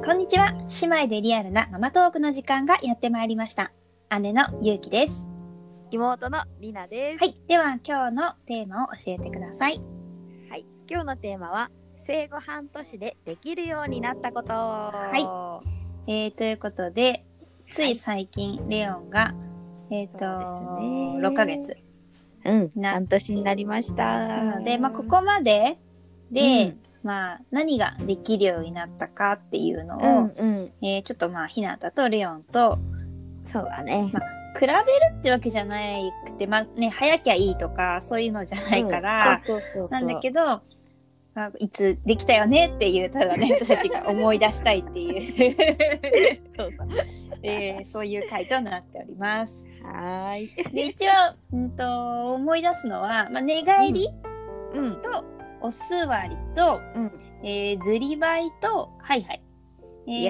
こんにちは。姉妹でリアルなママトークの時間がやってまいりました。姉のゆうきです。 妹のりなです。 はい。では今日のテーマを教えてください。 はい。今日のテーマは生後半年でできるようになったこと。 はい。ということで、つい最近、レオンが、6ヶ月。 半年になりました。 なので、ここまでで、何ができるようになったかっていうのを、ちょっとひなたとレオンと、 そうだね。 比べるってわけじゃなくて、早きゃいいとか、そういうのじゃないから、なんだけど、いつできたよねっていう、ただね、私たちが思い出したいっていうそういう回となっております。 はい。 で、一応、思い出すのは、寝返りと、お座りと、ずりばいと、はいはい。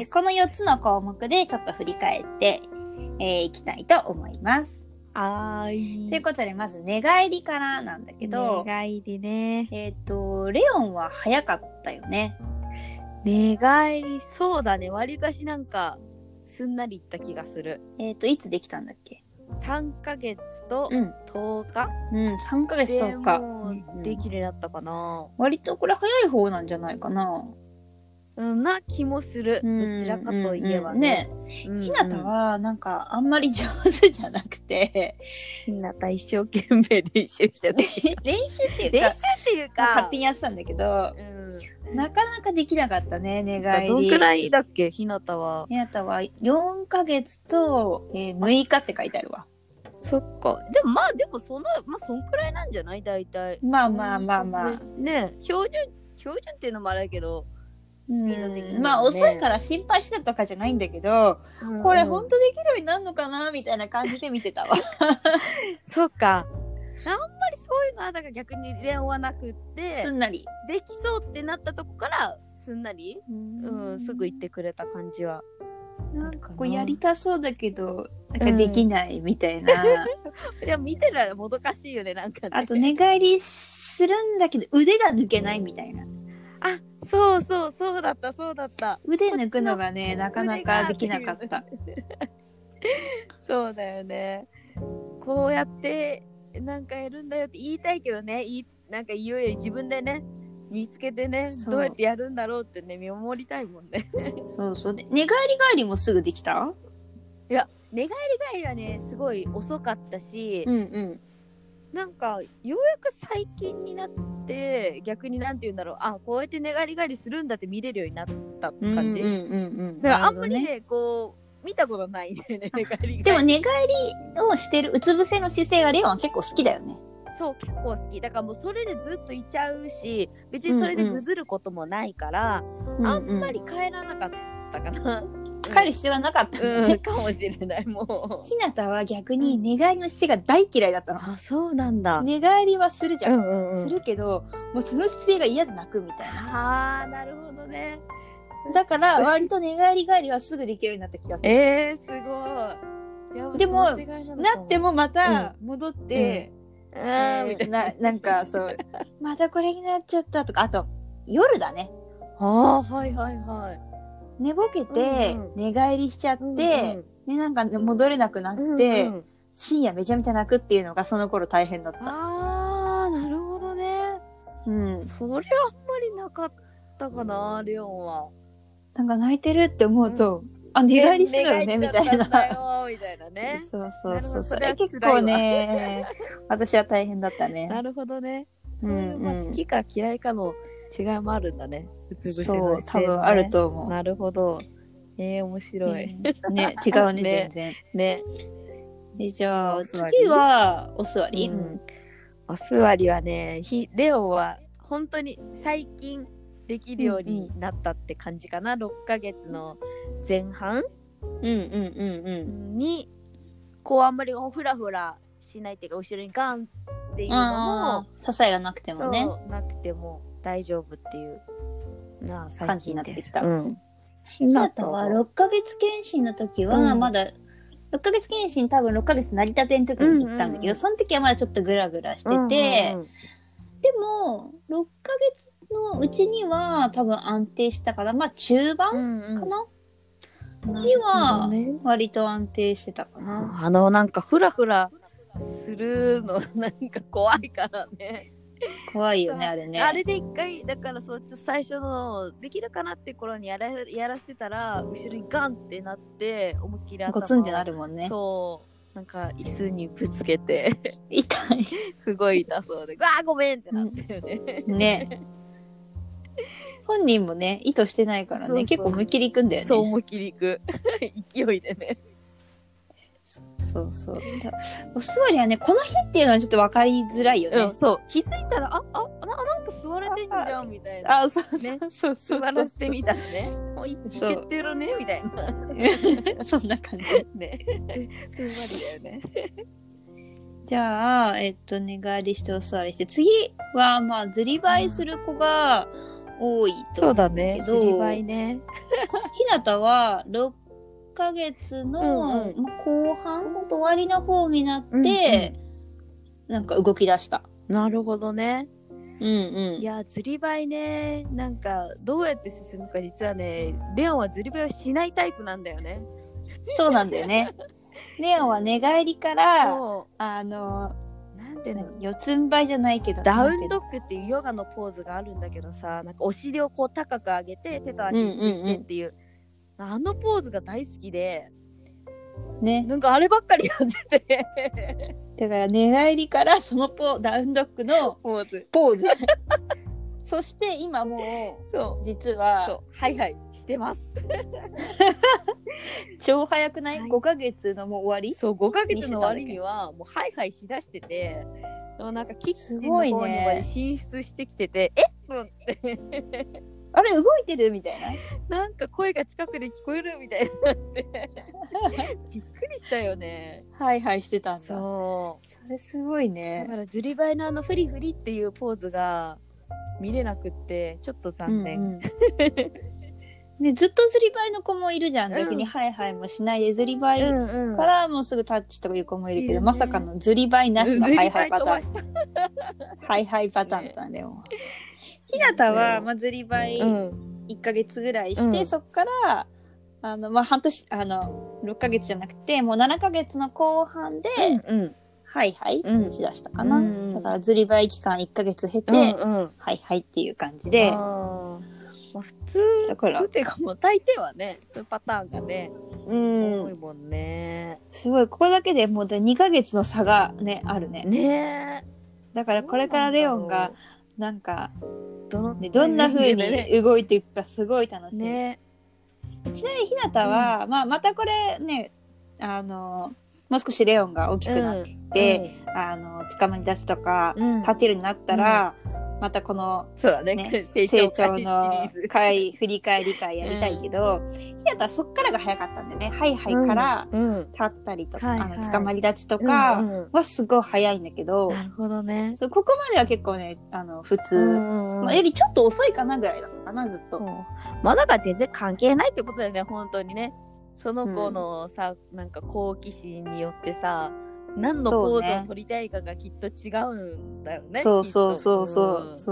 この4つの項目でちょっと振り返っていきたいと思います。 はい。 ということで、まず寝返りからなんだけど、 寝返りね。 レオンは早かったよね。 寝返り、そうだね。割りかしなんか、すんなりいった気がする。 いつできたんだっけ ？3ヶ月と10日、 3ヶ月10日。 もうできるようになったかな。 割とこれ早い方なんじゃないかな。 な気もする。どちらかといえばね。 ひなたはなんかあんまり上手じゃなくて、 ひなた一生懸命練習してた。 練習っていうか勝手にやってたんだけど、なかなかできなかったね、寝返り。 どんくらいだっけ、ひなたは。 ひなたは4ヶ月と、6日って書いてあるわ。 そっか。でもそんくらいなんじゃない？大体。 まあ。 ね、標準っていうのもあれだけど、スピード的に、ね。 遅いから心配したとかじゃないんだけど、これほんとできるようになるのかなみたいな感じで見てたわ。 そっか。あんまりそういうのはだから逆にレオンはなくって、 すんなりできそうってなったとこからすんなり、すぐ行ってくれた感じは。 なんかこうやりたそうだけど、なんかできないみたいな。 いや、見てるらもどかしいよね、なんかね。 あと寝返りするんだけど腕が抜けないみたいな。 あ、そうだった。 腕抜くのがね、なかなかできなかった。 そうだよね。こうやってなんかやるんだよって言いたいけどね、なんかいよいよ自分でね見つけてね、どうやってやるんだろうってね、見守りたいもんね。 そうで、寝返り返りもすぐできた？ いや、寝返り返りはねすごい遅かったし、なんかようやく最近になって逆になんて言うんだろう、こうやって寝返り返りするんだって見れるようになった感じ。だからあんまりねこう見たことないんだよね、寝返り返り。 でも寝返りをしてるうつ伏せの姿勢はレオンは結構好きだよね。 そう、結構好きだから、もうそれでずっといちゃうし、別にそれでぐずることもないから、あんまり帰らなかったかな。 帰る必要はなかったね、 かもしれない。もうひなたは逆に寝返りの姿勢が大嫌いだったの。 あ、そうなんだ。 寝返りはするじゃん、するけどもうその姿勢が嫌で泣くみたいな。 なるほどね。 だから割と寝返り返りはすぐできるようになった気がする。 すごい。 でもなってもまた戻って、なんかそうまたこれになっちゃったとか、あと夜だね。寝ぼけて寝返りしちゃって、なんか戻れなくなって、深夜めちゃめちゃ泣くっていうのがその頃大変だった。 なるほどね。それはあんまりなかったかな、レオンは。 なんか泣いてるって思うと、寝返りしてるよねみたいな。 みたいなね。 そう。それ結構ね、私は大変だったね。 なるほどね。好きか嫌いかの違いもあるんだね。 そう、多分あると思う。 なるほど。面白い。 ね、違うね、全然。 ね。 じゃあ、次は、お座り？ お座りはね、レオは本当に最近できるようになったって感じかな。6ヶ月の前半に、こうあんまりフラフラしないっていうか、後ろにガンっていうのも、 支えがなくてもね。 なくても大丈夫っていう感じになってきた。 ひなたは6ヶ月検診の時はまだ、6ヶ月検診多分6ヶ月成り立ての時に行ったんだけど、その時はまだちょっとグラグラしてて、でも6ヶ月ののうちには多分安定したから、まあ中盤かな、には割と安定してたかな。 なんかフラフラするのなんか怖いからね。 怖いよね、あれね。 あれで一回、だから最初のできるかなって頃にやらせてたら、後ろにガンってなって、思いっきりゴツンってなるもんね。 そう。なんか椅子にぶつけて痛い。 すごい痛そうで、ごめんってなってるね。 ね。本人もね、意図してないからね、結構思いっきりいくんだよね。 そう、思いっきりいく。勢いでね。 そうそう。お座りはね、この日っていうのはちょっと分かりづらいよね。 そう。気づいたら、なんか座れてんじゃんみたいな。 そうね。そう。 座らせてみたらね。いけてるねみたいな。そんな感じ。 ね。ふんわりだよね。 じゃあ、寝返りしてお座りして、次は、まあ、ずりばいする子が多いと思うんだけど。そうだね。 ずりばいね。 ひなたは、6ヶ月の、後半、終わりの方になって、なんか動き出した。 なるほどね。 いや、ずりばいね。なんか、どうやって進むか実はね、レオンはずりばいをしないタイプなんだよね。 そうなんだよね。レオンは寝返りから、なんていうの、四つん這いじゃないけど、 ダウンドッグっていうヨガのポーズがあるんだけどさ、なんかお尻をこう高く上げて、手と足についてっていう、あのポーズが大好きで、ね、なんかあればっかりやってて。 だから寝返りからそのダウンドッグのポーズ。そして今もう、実は、 はいはい、してます。 超早くない？ 5 ヶ月のもう終わり？ そう、5ヶ月の終わりには、もうハイハイしだしてて、なんかキッチンの方にまで進出してきてて、 あれ動いてるみたいな。なんか声が近くで聞こえるみたいになって。びっくりしたよね。 はいはいしてたんだ。それすごいね。 だからずりばいのフリフリっていうポーズが見れなくって、ちょっと残念。 ね、ずっとずりばいの子もいるじゃん。逆にハイハイもしないでずりばいからもうすぐタッチとかいう子もいるけど、まさかのずりばいなしのハイハイパターン。ハイハイパターンだね。ひなたは、まあ、ずりばい1ヶ月ぐらいして、そっから、まあ、半年、6ヶ月じゃなくて、もう7ヶ月の後半で、ハイハイしだしたかな。だからずりばい期間1ヶ月経て、ハイハイっていう感じで、 普通っていうかもう大抵はね、そういうパターンがね、多いもんね。 すごい、ここだけでもう2ヶ月の差がね、あるね。 ねえ。 だからこれからレオンが、なんか、どんな風に動いていくかすごい楽しい。ね、ちなみにひなたは、まあ、またこれね、もう少しレオンが大きくなって、捕まり出しとか、立てるようになったら、またこの、 そうだね、 成長の振り返り会やりたいけど、ひなたはそっからが早かったんでね、ハイハイから立ったりとか、捕まり立ちとかはすごい早いんだけど、 なるほどね。 ここまでは結構ね、普通、よりちょっと遅いかなぐらいだったかな、ずっと。 まあだから全然関係ないってことだよね、本当にね。その子のさ、なんか好奇心によってさ、何のポーズを取りたいかがきっと違うんだよね。 そう、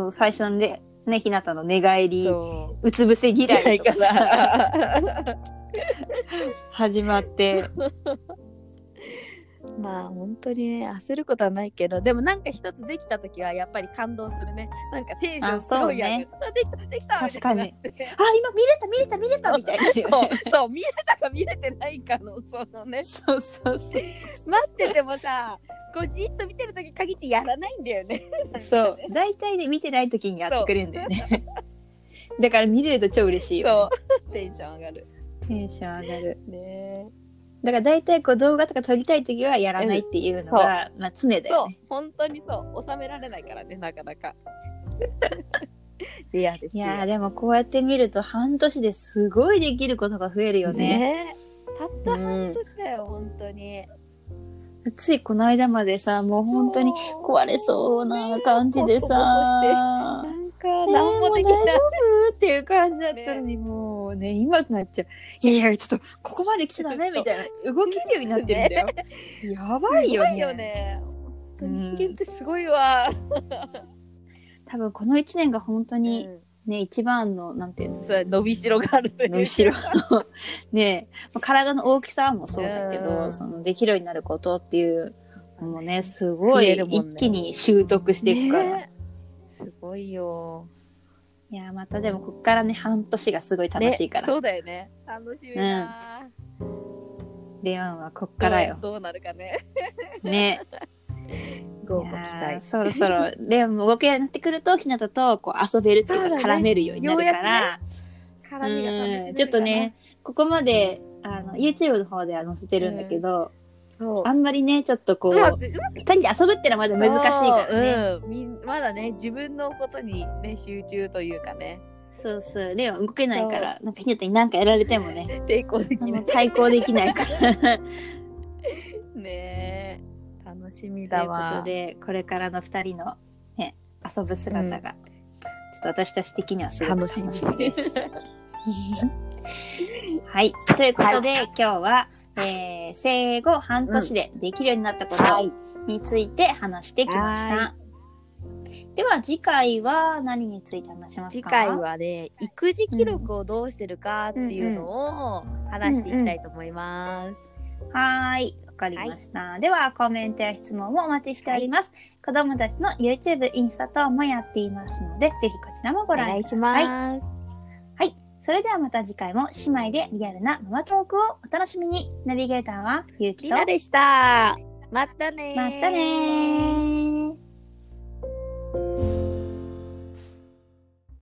最初のね、ひなたの寝返り、うつ伏せ嫌いとかさ、始まって。 まあ本当にね、焦ることはないけど、でもなんか一つできた時はやっぱり感動するね。なんかテンションすごい上がる。できた確かに。今見れたみたいな。 そう、見れたか見れてないかの、そのね。 そう。 待っててもさ、こうじっと見てる時限ってやらないんだよね。 そう。大体ね、見てない時にやってくれるんだよね。だから見れると超嬉しいよ、 ね。そう。テンション上がる。 ね。だから大体こう動画とか撮りたいときはやらないっていうのが、まあ常だよね。 そう、本当にそう。収められないからね、なかなか。レアです。 いやでもこうやって見ると半年ですごいできることが増えるよね。 たった半年だよ、本当に。 ついこの間までさ、もう本当に壊れそうな感じでさ、なんか何もできない。大丈夫っていう感じだったのに、もうね、今となっちゃう。いや、ちょっとここまで来ちゃダメみたいな動けるようになってるんだよ。やばいよね。 すごいよね。人間ってすごいわ。 多分この1年が本当にね、一番の、なんていうの、 伸びしろがあるというか。 伸びしろの、ね、体の大きさもそうだけど、そのできるようになることっていうのもね、すごい一気に習得していくから。 ね、すごいよ。 いや、またでもこっからね、半年がすごい楽しいから。 ね、そうだよね。楽しみだ。 レオンはこっからよ。 どうなるかね。 ね。 ご期待。 そろそろレオンも動けるようになってくると、ひなたとこう遊べるっていうか、絡めるようになるから、 絡みが楽しめるかな。 ちょっとね、ここまでYouTube の方では載せてるんだけど、あんまりね、ちょっとこう、二人で遊ぶってのはまだ難しいからね。 まだね、自分のことにね、集中というかね。 そうそう、レオン動けないから、なんかひなたに何かやられてもね、 抵抗できない。 対抗できないから。 ねえ、楽しみだわ。 ということで、これからの2人の、ね、遊ぶ姿が、ちょっと私たち的にはすごく楽しみです。はい。ということで、今日は、生後半年でできるようになったことについて話してきました。では次回は何について話しますか？ 次回はね、育児記録をどうしてるかっていうのを話していきたいと思います。 はい。わかりました。ではコメントや質問もお待ちしております。子供たちの YouTube、インスタ等もやっていますので、ぜひこちらもご覧ください。 お願いします。 はい。それではまた次回も姉妹でリアルなママトークをお楽しみに。ナビゲーターはゆうきとりなでした。またねー。 またねー。